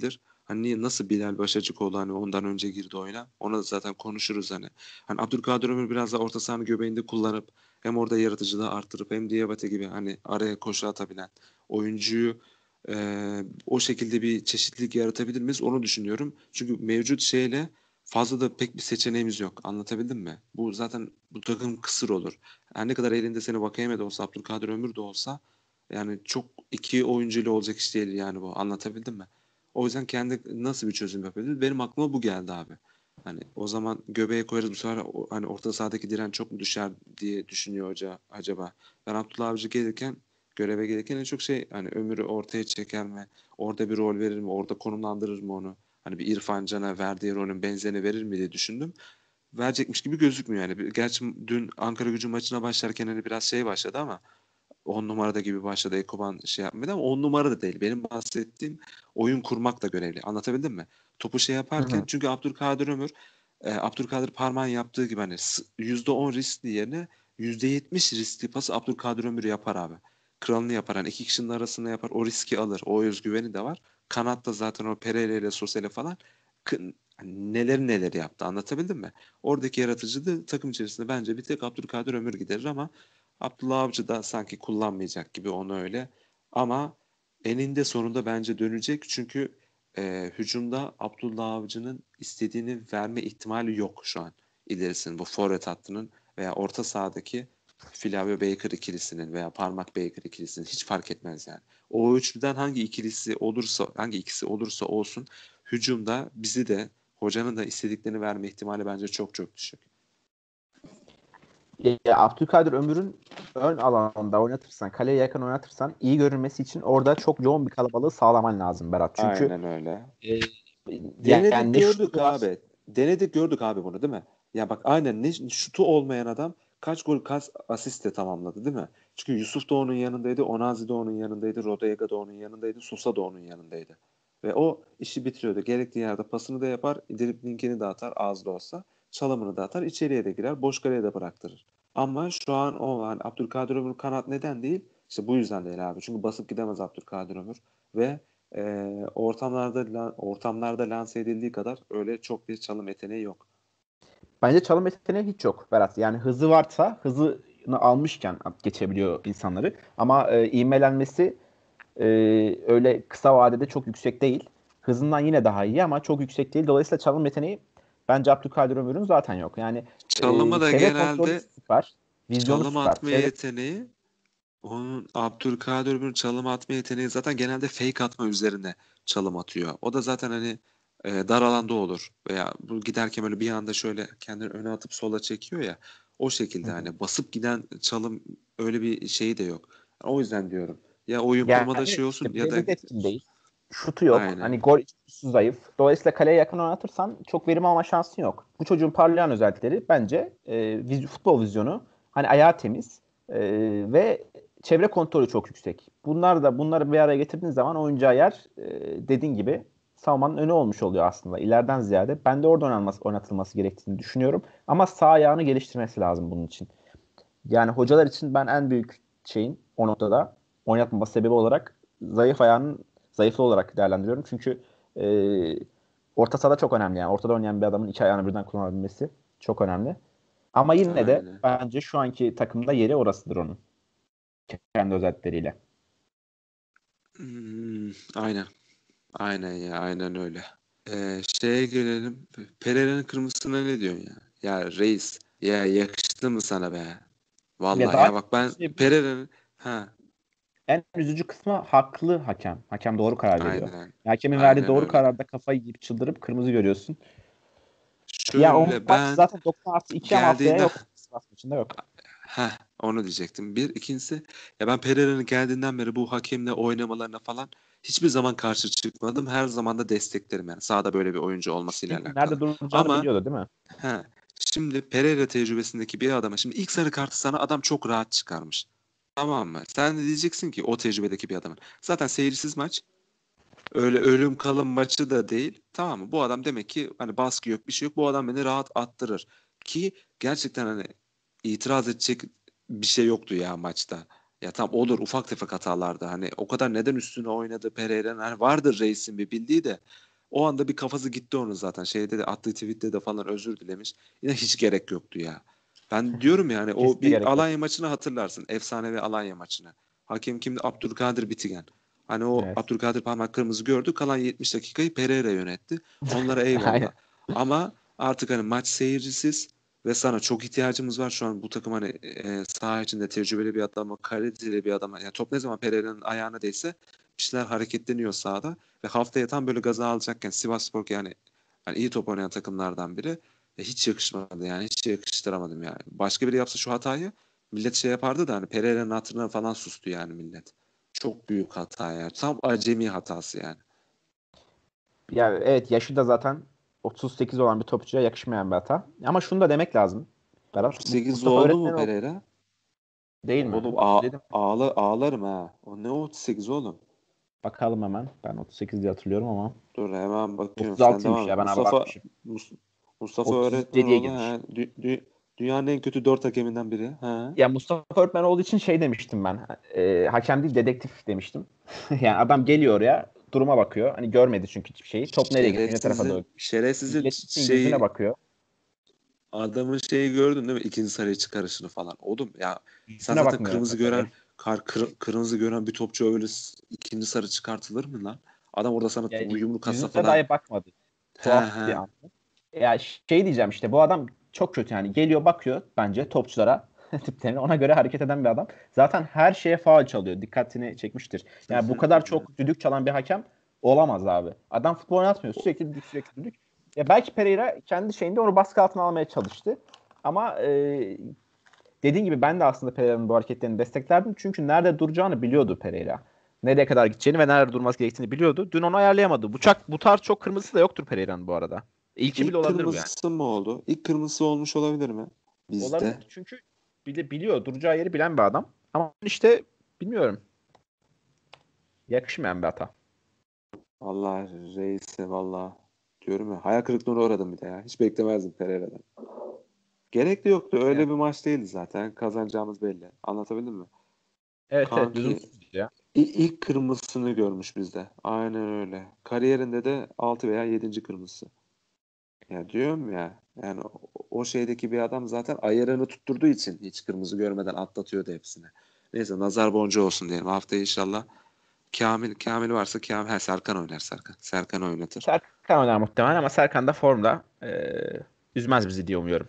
Hani nasıl Bilal Başacıkoğlu hani ondan önce girdi oyuna. Ona da zaten konuşuruz hani. Hani Abdülkadir Ömür biraz da orta sahanın göbeğinde kullanıp hem orada yaratıcılığı arttırıp hem Diabate gibi hani araya koşu atabilen oyuncuyu o şekilde bir çeşitlilik yaratabilir miyiz? Onu düşünüyorum. Çünkü mevcut şeyle fazla da pek bir seçeneğimiz yok. Anlatabildim mi? Bu zaten bu takım kısır olur. Her ne kadar elinde seni Vakayeme de olsa, Abdülkadir Ömür de olsa yani çok iki oyuncuyla olacak iş değil yani bu. Anlatabildim mi? O yüzden kendi nasıl bir çözüm yapabilir? Benim aklıma bu geldi abi. Hani o zaman göbeğe koyarız bu sefer hani orta sahadaki direnç çok mu düşer diye düşünüyor hoca acaba. Ben Abdullah Avcı gelirken göreve gelirken en çok şey hani Ömür'ü ortaya çeker mi? Orada bir rol verir mi? Orada konumlandırır mı onu? Hani bir İrfan Can'a verdiği rolün benzerini verir mi diye düşündüm. Verecekmiş gibi gözükmüyor yani. Gerçi dün Ankara Gücü maçına başlarken hani biraz şey başladı ama 10 numarada gibi başladı Ekoban şey yapmadı ama 10 numara da değil. Benim bahsettiğim oyun kurmakla görevli. Anlatabildim mi? Topu şey Hı yaparken hı. çünkü Abdülkadir Ömür Abdülkadir Parmak'ın yaptığı gibi hani %10 riskli yerine %70 riskli pası Abdülkadir Ömür yapar abi. Kralını yapar. Hani iki kişinin arasında yapar. O riski alır. O özgüveni de var. Kanatta zaten o Pereira ile Sosele falan hani neler neler yaptı. Anlatabildim mi? Oradaki yaratıcılığı takım içerisinde bence bir tek Abdülkadir Ömür giderir ama Abdullah Avcı da sanki kullanmayacak gibi onu öyle. Ama eninde sonunda bence dönecek. Çünkü hücumda Abdullah Avcı'nın istediğini verme ihtimali yok şu an. İlerisinin bu forvet hattının veya orta sahadaki Flavio Baker ikilisinin veya Parmak Baker ikilisinin hiç fark etmez yani. O üçlüden hangi ikisi olursa olsun hücumda bizi de hocanın da istediklerini verme ihtimali bence çok çok düşük. Abdülkadir Ömür'ün ön alanında oynatırsan, kaleye yakın oynatırsan iyi görünmesi için orada çok yoğun bir kalabalığı sağlaman lazım Berat. Çünkü Aynen öyle. e, yani Denedik ne şutu gördük var. abi. Denedik gördük abi bunu değil mi? Ya bak aynen ne şutu olmayan adam kaç gol kaç asiste tamamladı değil mi? Çünkü Yusuf da onun yanındaydı, Onazi de onun yanındaydı, Rodallega da onun yanındaydı, Sosa da onun yanındaydı. Ve o işi bitiriyordu. Gerektiği yerde pasını da yapar, driblingini de atar az da olsa, çalımını da atar, içeriye de girer, boş kaleye de bıraktırır. Ama şu an o yani Abdülkadir Ömür kanat neden değil? İşte bu yüzden değil abi. Çünkü basıp gidemez Abdülkadir Ömür ve ortamlarda lanse edildiği kadar öyle çok bir çalım yeteneği yok. Bence çalım yeteneği hiç yok Berat. Yani hızı varsa hızını almışken geçebiliyor insanları. Ama ivmelenmesi öyle kısa vadede çok yüksek değil. Hızından yine daha iyi ama çok yüksek değil. Dolayısıyla çalım yeteneği bence Abdülkadir Ömür'ün zaten yok. Yani Çalımı da çevre kontrolü genelde süper. Vizyonu çalım süper. atma yeteneği onun Abdülkadir Ömür'ün çalım atma yeteneği zaten genelde fake atma üzerine çalım atıyor. O da zaten hani dar alanda olur veya bu giderken böyle bir anda şöyle kendini öne atıp sola çekiyor ya o Hı şekilde hı. hani basıp giden çalım öyle bir şeyi de yok. O yüzden diyorum. Ya oyun kurmada Yani şey olsun işte ya da birebir de etkin değil. Şutu yok. aynen. Hani gol içgüdüsü zayıf. Dolayısıyla kaleye yakın oynatırsan çok verim alma şansın yok. Bu çocuğun parlayan özellikleri bence futbol vizyonu. Hani ayağı temiz ve çevre kontrolü çok yüksek. Bunları bir araya getirdiğin zaman oyuncağı yer dediğin gibi savunmanın önü olmuş oluyor aslında. İleriden ziyade ben de orada oynatılması gerektiğini düşünüyorum. Ama sağ ayağını geliştirmesi lazım bunun için. Yani hocalar için ben en büyük şeyin o noktada oynatmaması sebebi olarak zayıf ayağının zayıflığı olarak değerlendiriyorum. Çünkü e, orta sahada çok önemli. Yani ortada oynayan bir adamın iki ayağını birden kullanabilmesi çok önemli. Ama yine de Aynen. bence şu anki takımda yeri orasıdır onun. Kendi özellikleriyle. Aynen. Aynen ya aynen öyle. Şeye gelelim. Pereira'nın kırmızısına ne diyorsun ya? Ya reis ya yakıştı mı sana be? Ve Vallahi daha ya bak ben şey bu. Pereira'nın ha En üzücü kısmı haklı hakem. Hakem doğru karar veriyor. aynen Hakemin verdiği aynen doğru öyle. kararda kafayı yiyip çıldırıp kırmızı görüyorsun. Ya o Şöyle maç ben zaten 90+2 ama haftaya geldiğinde yok. Sivas maçında yok. onu diyecektim. Bir ikincisi ya ben Pereira'nın geldiğinden beri bu hakemle oynamalarına falan hiçbir zaman karşı çıkmadım. Her zaman da desteklerim yani. Sahada böyle bir oyuncu olmasıyla Çünkü nerede alakalı. duracağını Ama biliyordu değil mi? He. Şimdi Pereira tecrübesindeki bir adama şimdi ilk sarı kartı sana adam çok rahat çıkarmış. Tamam mı? Sen de diyeceksin ki o tecrübedeki bir adamın. Zaten seyirsiz maç. Öyle ölüm kalım maçı da değil. Tamam mı? Bu adam demek ki hani baskı yok bir şey yok. Bu adam beni rahat attırır. Ki gerçekten hani itiraz edecek bir şey yoktu ya maçta. Ya tam olur ufak tefek hatalarda hani o kadar neden üstüne oynadı Pereira'nın hani vardır reisin bir bildiği de O anda bir kafası gitti onun zaten. Şeyde de attığı tweette de falan özür dilemiş. Yine hiç gerek yoktu ya. Ben diyorum yani o Kesinlikle bir gerek yok. Alanya maçını hatırlarsın. Efsanevi Alanya maçını. Hakem kimdi? Abdülkadir Bitigen. Hani o Evet. Abdülkadir parmak kırmızı gördü. Kalan 70 dakikayı Pereira yönetti. Onlara eyvallah. Aynen. Ama artık hani maç seyircisiz ve sana çok ihtiyacımız var şu an bu takım hani saha içinde tecrübeli bir adama, kaliteli bir adama. Yani top ne zaman Pereira'nın ayağına değse bir şeyler hareketleniyor sahada ve haftaya tam böyle gaza alacakken Sivasspor yani hani iyi top oynayan takımlardan biri hiç yakışmadı yani hiç yakıştıramadım yani. Başka biri yapsa şu hatayı millet şey yapardı da hani Pereira'nın hatırına falan sustu yani millet. Çok büyük hata yani. Tam acemi hatası yani. Ya evet, yaşı da zaten 38 olan bir topçuya yakışmayan bir hata. Ama şunu da demek lazım. Berat, 38 Mustafa oldu mu Öğretmenoğlu Pereira? değil mi? Oğlum Dedim. ağlarım ha. O ne 38 oğlum? Bakalım hemen. Ben 38 diye hatırlıyorum ama. Dur hemen bakıyorum. Sen 36'ymış devam ya, et. ben abartmışım. Mus- Mustafa 37'ye Öğretmenoğlu girmiş. ha, dünyanın en kötü 4 hakeminden biri. Ha. Ya Mustafa Öğretmenoğlu için şey demiştim ben. Hakem değil, dedektif demiştim. Yani adam geliyor oraya, duruma bakıyor. Hani görmedi çünkü hiçbir şeyi. Top nereye geçiyor, ne tarafa doğru. Şerefsizin Milletin yüzüne bakıyor. adamın şeyi gördün değil mi? İkinci sarıya çıkarışını falan. Oğlum ya sen Yüzüne zaten bakmıyor tabii. kırmızı gören bir topçu öyle ikinci sarı çıkartılır mı lan? Adam orada sana Yani yumruk atsa yüzüne falan. dahi bakmadı. He Tuhaf bir he. an. Ya şey diyeceğim, işte bu adam çok kötü yani. Geliyor bakıyor bence topçulara tiplerine. Ona göre hareket eden bir adam. Zaten her şeye faul çalıyor. Dikkatini çekmiştir. Hı Yani bu hı, hı kadar hı. çok düdük çalan bir hakem olamaz abi. Adam futbol oynatmıyor. Sürekli düdük, sürekli düdük. Ya belki Pereira kendi şeyinde onu baskı altına almaya çalıştı. Ama dediğin gibi ben de aslında Pereira'nın bu hareketlerini desteklerdim. Çünkü nerede duracağını biliyordu Pereira. Nereye kadar gideceğini ve nerede durması gerektiğini biliyordu. Dün onu ayarlayamadı. Bu tarz çok kırmızısı da yoktur Pereira'nın bu arada. İlki bile İlk olabilir bu yani. kırmızısı mı oldu? İlk kırmızısı olmuş olabilir mi? Bizde. Olabilir çünkü biliyor. Duracağı yeri bilen bir adam. Ama işte bilmiyorum. Yakışmayan bir hata. Vallahi reisi vallahi diyorum ya hayal kırıklığına uğradım bir de ya. Hiç beklemezdim Pereira'dan. Gerek de yoktu. Yani, Öyle bir maç değildi zaten. Kazanacağımız belli. Anlatabildim mi? evet Kanki lüzumsuz ya. ilk kırmızısını görmüş bizde. Aynen öyle. Kariyerinde de 6 veya yedinci kırmızısı. Ya diyorum ya yani o şeydeki bir adam zaten ayarını tutturduğu için hiç kırmızı görmeden atlatıyordu hepsini. Neyse nazar boncuğu olsun diyelim. Haftaya inşallah Kamil varsa Serkan oynar Serkan. Serkan oynatır. Serkan oynar muhtemelen ama Serkan da formda. Üzmez bizi diye umuyorum.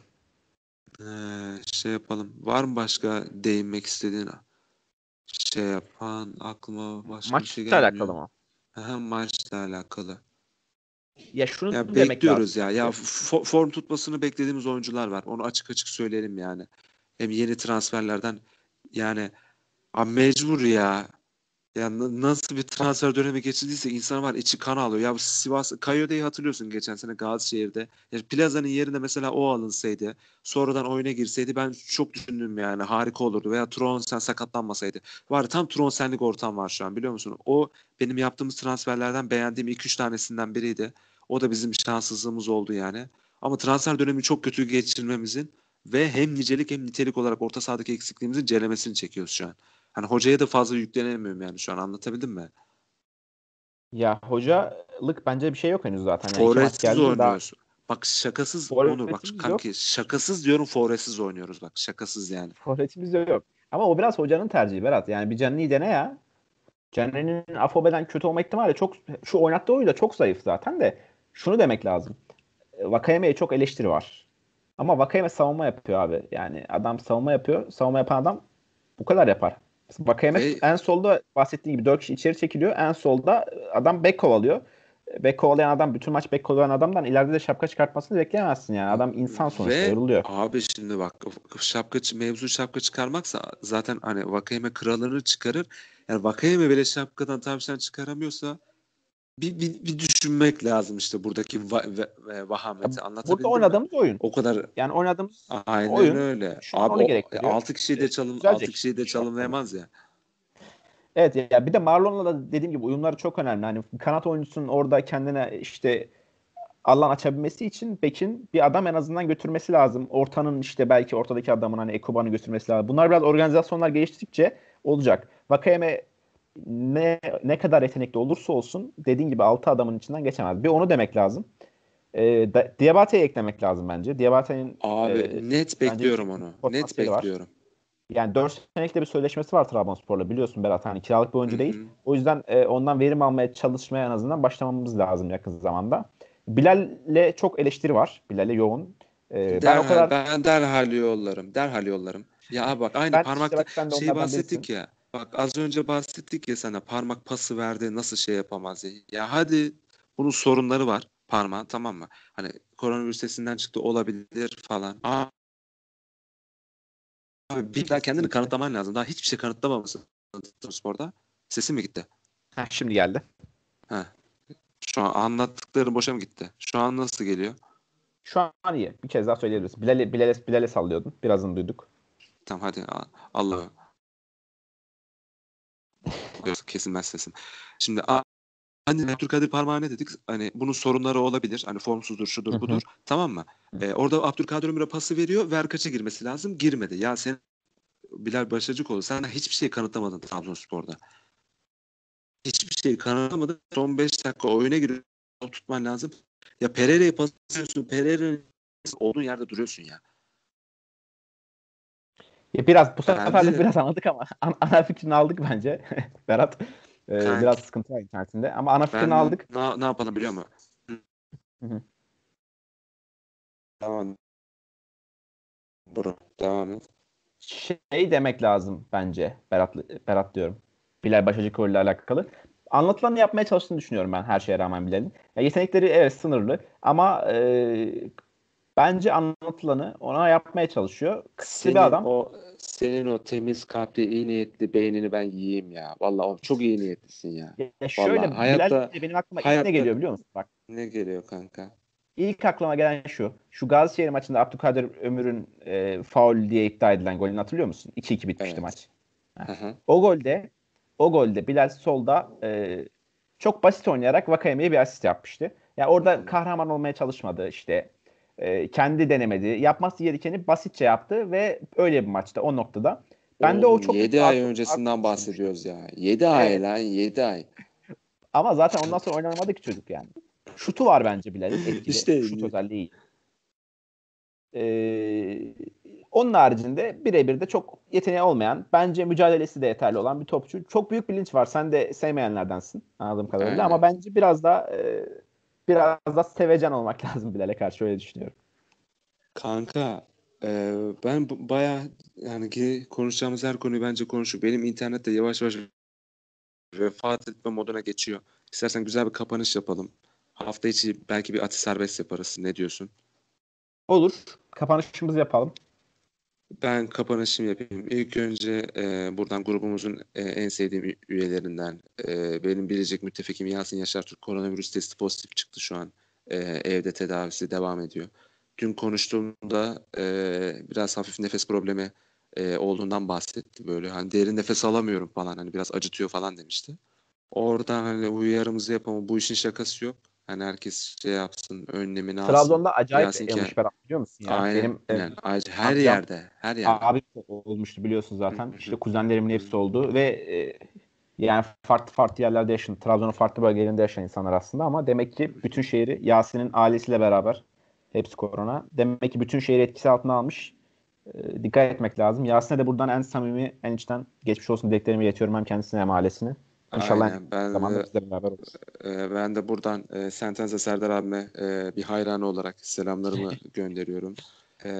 Şey yapalım. Var mı başka değinmek istediğin şey yapan aklıma başka bir şey Maçla alakalı gelmiyor. mı? Aha, maçla alakalı. Ya şunu Ya demek lazım bekliyoruz ya. Ya bence. form tutmasını beklediğimiz oyuncular var. Onu açık açık söyleyelim yani. Hem yeni transferlerden yani mecbur ya. Ya nasıl bir transfer dönemi geçirdiyse insan var içi kan alıyor. Ya bu Sivas Kayode'yi hatırlıyorsun geçen sene Gazişehir'de. Ya Plaza'nın yerine mesela o alınsaydı, sonradan oyuna girseydi ben çok düşündüm yani harika olurdu. Veya Tronsen sakatlanmasaydı. Var tam Tronsenlik ortam var şu an biliyor musun? O benim yaptığımız transferlerden beğendiğim 2-3 tanesinden biriydi. O da bizim şanssızlığımız oldu yani. Ama transfer dönemi çok kötü geçirmemizin ve hem nicelik hem nitelik olarak orta sahadaki eksikliğimizin ceremesini çekiyoruz şu an. Hani hocaya da fazla yüklenemiyorum yani şu an anlatabildim mi? Ya hocalık bence bir şey yok henüz zaten. Yani 2 maç Forvetsiz geldi. Daha oynuyoruz. Bak şakasız Onur bak forvetimiz yok. kanki şakasız diyorum forvetsiz oynuyoruz bak şakasız yani. Forvetimiz yok. Ama o biraz hocanın tercihi Berat. Yani bir Canini'yi dene ya. Caner'in Afobe'den kötü olma ihtimali çok, şu oynattığı oyunda çok zayıf zaten de şunu demek lazım. Vakayeme'ye çok eleştiri var. Ama Vakayeme savunma yapıyor abi. Yani adam savunma yapıyor. Savunma yapan adam bu kadar yapar. Vakayeme Ve en solda bahsettiğim gibi 4 kişi içeri çekiliyor. En solda adam bek kovalıyor. Bek kovalayan adam, bütün maç bek kovalayan adamdan ileride de şapka çıkartmasını bekleyemezsin yani. Adam insan sonuçta, ve yoruluyor. abi şimdi bak mevzu şapka çıkarmaksa zaten hani Vakayeme kralını çıkarır. Yani Vakayeme bile şapkadan tavşan çıkaramıyorsa bir düşünmek lazım işte buradaki Ya vahameti burada anlatabildim mi? oynadığımız oyun. O kadar Yani oynadığımız aynen oyun öyle. şu an Abi onu o gerektiriyor. 6 kişiyi de altı Düzelecek kişiyi de şu anda. çalımlayamaz ya. Evet ya, bir de Marlon'la da dediğim gibi uyumları çok önemli. Hani kanat oyuncusunun orada kendine işte alan açabilmesi için Bek'in bir adam en azından götürmesi lazım. Ortanın işte belki ortadaki adamın hani Ekuban'ı götürmesi lazım. Bunlar biraz organizasyonlar geliştikçe olacak. Vakayeme ne kadar yetenekli olursa olsun dediğin gibi 6 adamın içinden geçemez. Bir onu demek lazım. Diabate'yi eklemek lazım bence. Diabate'nin Abi net bence bekliyorum yüksek bir onu. Net potansiyeli var. bekliyorum. Yani 4 senelik de bir sözleşmesi var Trabzonspor'la, biliyorsun Berat. Hani kiralık bir Hı oyuncu değil. hı. O yüzden ondan verim almaya çalışmaya en azından başlamamız lazım yakın zamanda. Bilal'le çok eleştiri var. Bilal'e yoğun. Ben o Derhal kadar ben derhal yollarım. Derhal yollarım. Ya abi bak aynı ben işte parmakla bak sen de şeyi onlardan birisin. bahsettik ya. Bak az önce bahsettik ya sana parmak pası verdi nasıl şey yapamaz diye. Ya hadi bunun sorunları var parmağın tamam mı? Hani koronavirüs testinden çıktı olabilir falan. Abi bir daha kendini Kesinlikle. kanıtlaman lazım. Daha hiçbir şey kanıtlamamışsın sporda. Sesin mi gitti? Heh, şimdi geldi. Heh. Şu an anlattıkların boşa mı gitti? Şu an nasıl geliyor? Şu an iyi. Bir kez daha söyleyebiliriz. Bilal'e sallıyordun. Birazını duyduk. Tamam hadi Allah kesilmez sesim. Şimdi hani Abdülkadir Parmağı ne dedik? Hani bunun sorunları olabilir. Hani formsuzdur, Hı şudur, hı. budur. Tamam mı? Orada Abdülkadir Ömür'e pası veriyor. Ver kaça girmesi lazım. Girmedi. Ya sen Bilal Başacıkoğlu sen hiçbir şey kanıtlamadın Trabzonspor'da. Hiçbir şey kanıtlamadın. Son 5 dakika oyuna giriyor. Tutman lazım. Ya Pereira'yı pas ediyorsun. Pereira'nın olduğun yerde duruyorsun ya. Ya biraz bu seferlik Bence biraz anladık ama ana fikrini aldık bence Berat. Biraz kanki sıkıntı var internetinde ama ana fikrini ben aldık. ne yapalım biliyor musun? Hı hı. Tamam bro. Devam et. Şey demek lazım bence Berat diyorum. Bilal Başacıkoğlu ile alakalı. Anlatılanı yapmaya çalıştığını düşünüyorum ben her şeye rağmen Bilal'in. Ya yetenekleri evet sınırlı ama bence anlatılanı ona yapmaya çalışıyor. Kısıtlı bir adam. Senin o temiz kalpli, iyi niyetli beynini ben yiyeyim ya. Vallahi çok iyi niyetlisin ya. Ya Vallahi şöyle Bilal hayatta deyince benim aklıma ilk ne hayatta geliyor biliyor musun? Bak ne geliyor kanka? ilk aklıma gelen şu. Şu Gazişehir maçında Abdülkadir Ömür'ün faul diye iptal edilen golünü hatırlıyor musun? 2-2 bitmişti Evet. maç. Heh. Hı hı. O golde Bilal solda çok basit oynayarak Vakayeme'ye bir asist yapmıştı. Ya Hı orada hı. kahraman olmaya çalışmadı işte. Kendi denemedi. Yapması gerekeni basitçe yaptı ve öyle bir maçta o noktada. Bende o Oğlum çok büyük 7 bir ay artı öncesinden oluşturmuştu. bahsediyoruz ya. 7 ay Evet. lan 7 ay. Ama zaten ondan sonra oynamadı ki çocuk yani. Şutu var bence Bilal'in etkili. İşte Şut özelliği iyi. Ee, Onun haricinde birebir de çok yeteneği olmayan, bence mücadelesi de yeterli olan bir topçu. Çok büyük bilinç var. Sen de sevmeyenlerdensin anladığım kadarıyla ama aynen. bence biraz da sevecen olmak lazım Bilal'e karşı, öyle düşünüyorum. Kanka ben bayağı yani ki konuşacağımız her konuyu bence konuştuk. Benim internette yavaş yavaş vefat etme moduna geçiyor. İstersen güzel bir kapanış yapalım. Hafta içi belki bir atı serbest yaparız. Ne diyorsun? Olur. Kapanışımızı yapalım. Ben kapanışımı yapayım. İlk önce buradan grubumuzun en sevdiğim üyelerinden benim biricik müttefikim Yasin Yaşar Türk koronavirüs testi pozitif çıktı şu an. Evde tedavisi devam ediyor. Dün konuştuğumda biraz hafif nefes problemi olduğundan bahsetti. Böyle hani derin nefes alamıyorum falan hani biraz acıtıyor falan demişti. Oradan hani uyarımızı yapalım. Bu işin şakası yok. Hani herkes şey yapsın, önlemini alsın. Trabzon'da acayip Yasin ki yayılmış Berat, biliyor musun ya? aynen. Benim Her amcam, yerde, her yerde. abim olmuştu biliyorsun Hı zaten. hı İşte kuzenlerimin hı. hepsi oldu ve yani farklı farklı yerlerde yaşayan, Trabzon'un farklı bölgelerinde yaşayan insanlar aslında ama demek ki bütün şehri Yasin'in ailesiyle beraber hepsi korona. Demek ki bütün şehri etkisi altına almış. Dikkat etmek lazım. Yasin'e de buradan en samimi, en içten geçmiş olsun dileklerimi iletiyorum hem kendisine hem ailesine. İnşallah en Aynen. yakın zamanda bizle beraber olur. Ben de buradan Sentenza Serdar abime bir hayranı olarak selamlarımı gönderiyorum. E,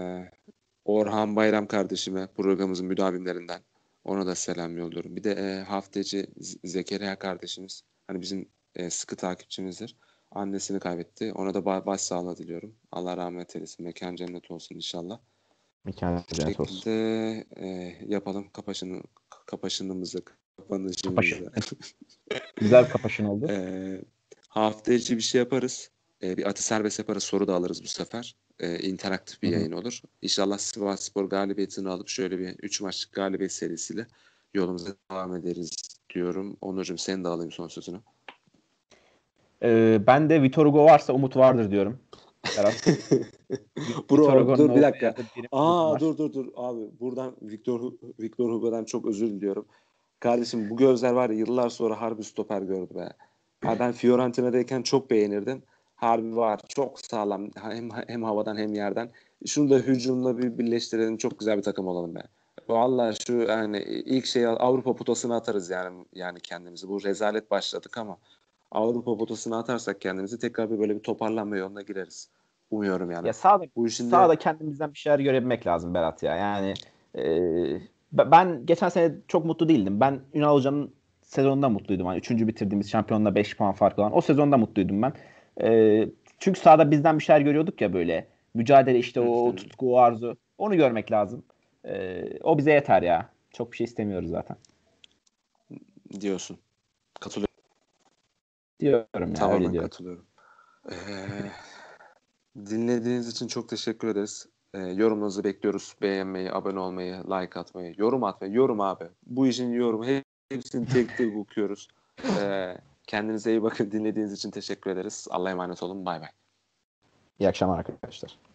Orhan Bayram kardeşime programımızın müdavimlerinden ona da selam yolluyorum. Bir de haftacı Zekeriya kardeşimiz hani bizim sıkı takipçimizdir. Annesini kaybetti. Ona da başsağlığı diliyorum. Allah rahmet eylesin. Mekan cennet olsun inşallah. Mekanı Bu cennet olsun. şekilde yapalım kapanışımızı. Kapaşı. Güzel bir kapaşın oldu. Hafta içi bir şey yaparız. Bir atı serbest yaparız. Soru da alırız bu sefer. İnteraktif bir Hı hı. yayın olur. İnşallah Sivasspor galibiyetini alıp şöyle bir 3 maçlık galibiyet serisiyle yolumuza devam ederiz diyorum. Onurcuğum seni de alayım son sözünü. Ben de Vitor Hugo varsa umut vardır diyorum. Berat. Vitor Bro Hugo'nun dur bir olduğu dakika. yerde benim umudum var. Dur. Abi buradan Victor Hugo'dan çok özür diliyorum. Kardeşim bu gözler var ya yıllar sonra harbi stoper gördü be. Ha ben Fiorentina'dayken çok beğenirdim. Harbi var. Çok sağlam. Hem havadan hem yerden. Şunu da hücumla bir birleştirelim. Çok güzel bir takım olalım be. Vallahi şu yani ilk şey Avrupa potasına atarız yani kendimizi. Bu rezalet başladık ama Avrupa potasına atarsak kendimizi tekrar böyle bir toparlanma yoluna gireriz. Umuyorum yani. Ya sağda, Bu işin de sağda kendimizden bir şeyler görebilmek lazım Berat ya. Yani ben geçen sene çok mutlu değildim. Ben Ünal Hoca'nın sezonunda mutluydum. Hani 3. bitirdiğimiz şampiyonla 5 puan fark olan. O sezonda mutluydum ben. Çünkü sahada bizden bir şeyler görüyorduk ya böyle. Mücadele işte Hı o hı. tutku, o arzu. Onu görmek lazım. O bize yeter ya. Çok bir şey istemiyoruz zaten. Diyorsun. Katılıyorum. Diyorum ya öyle Tamamen diyorum. katılıyorum. Ee, dinlediğiniz için çok teşekkür ederiz. Yorumunuzu bekliyoruz. Beğenmeyi, abone olmayı, like atmayı, yorum atmayı. Yorum abi. Bu işin yorumu. Hepsini tek tek okuyoruz. Kendinize iyi bakın. Dinlediğiniz için teşekkür ederiz. Allah'a emanet olun. Bay bay. İyi akşamlar arkadaşlar.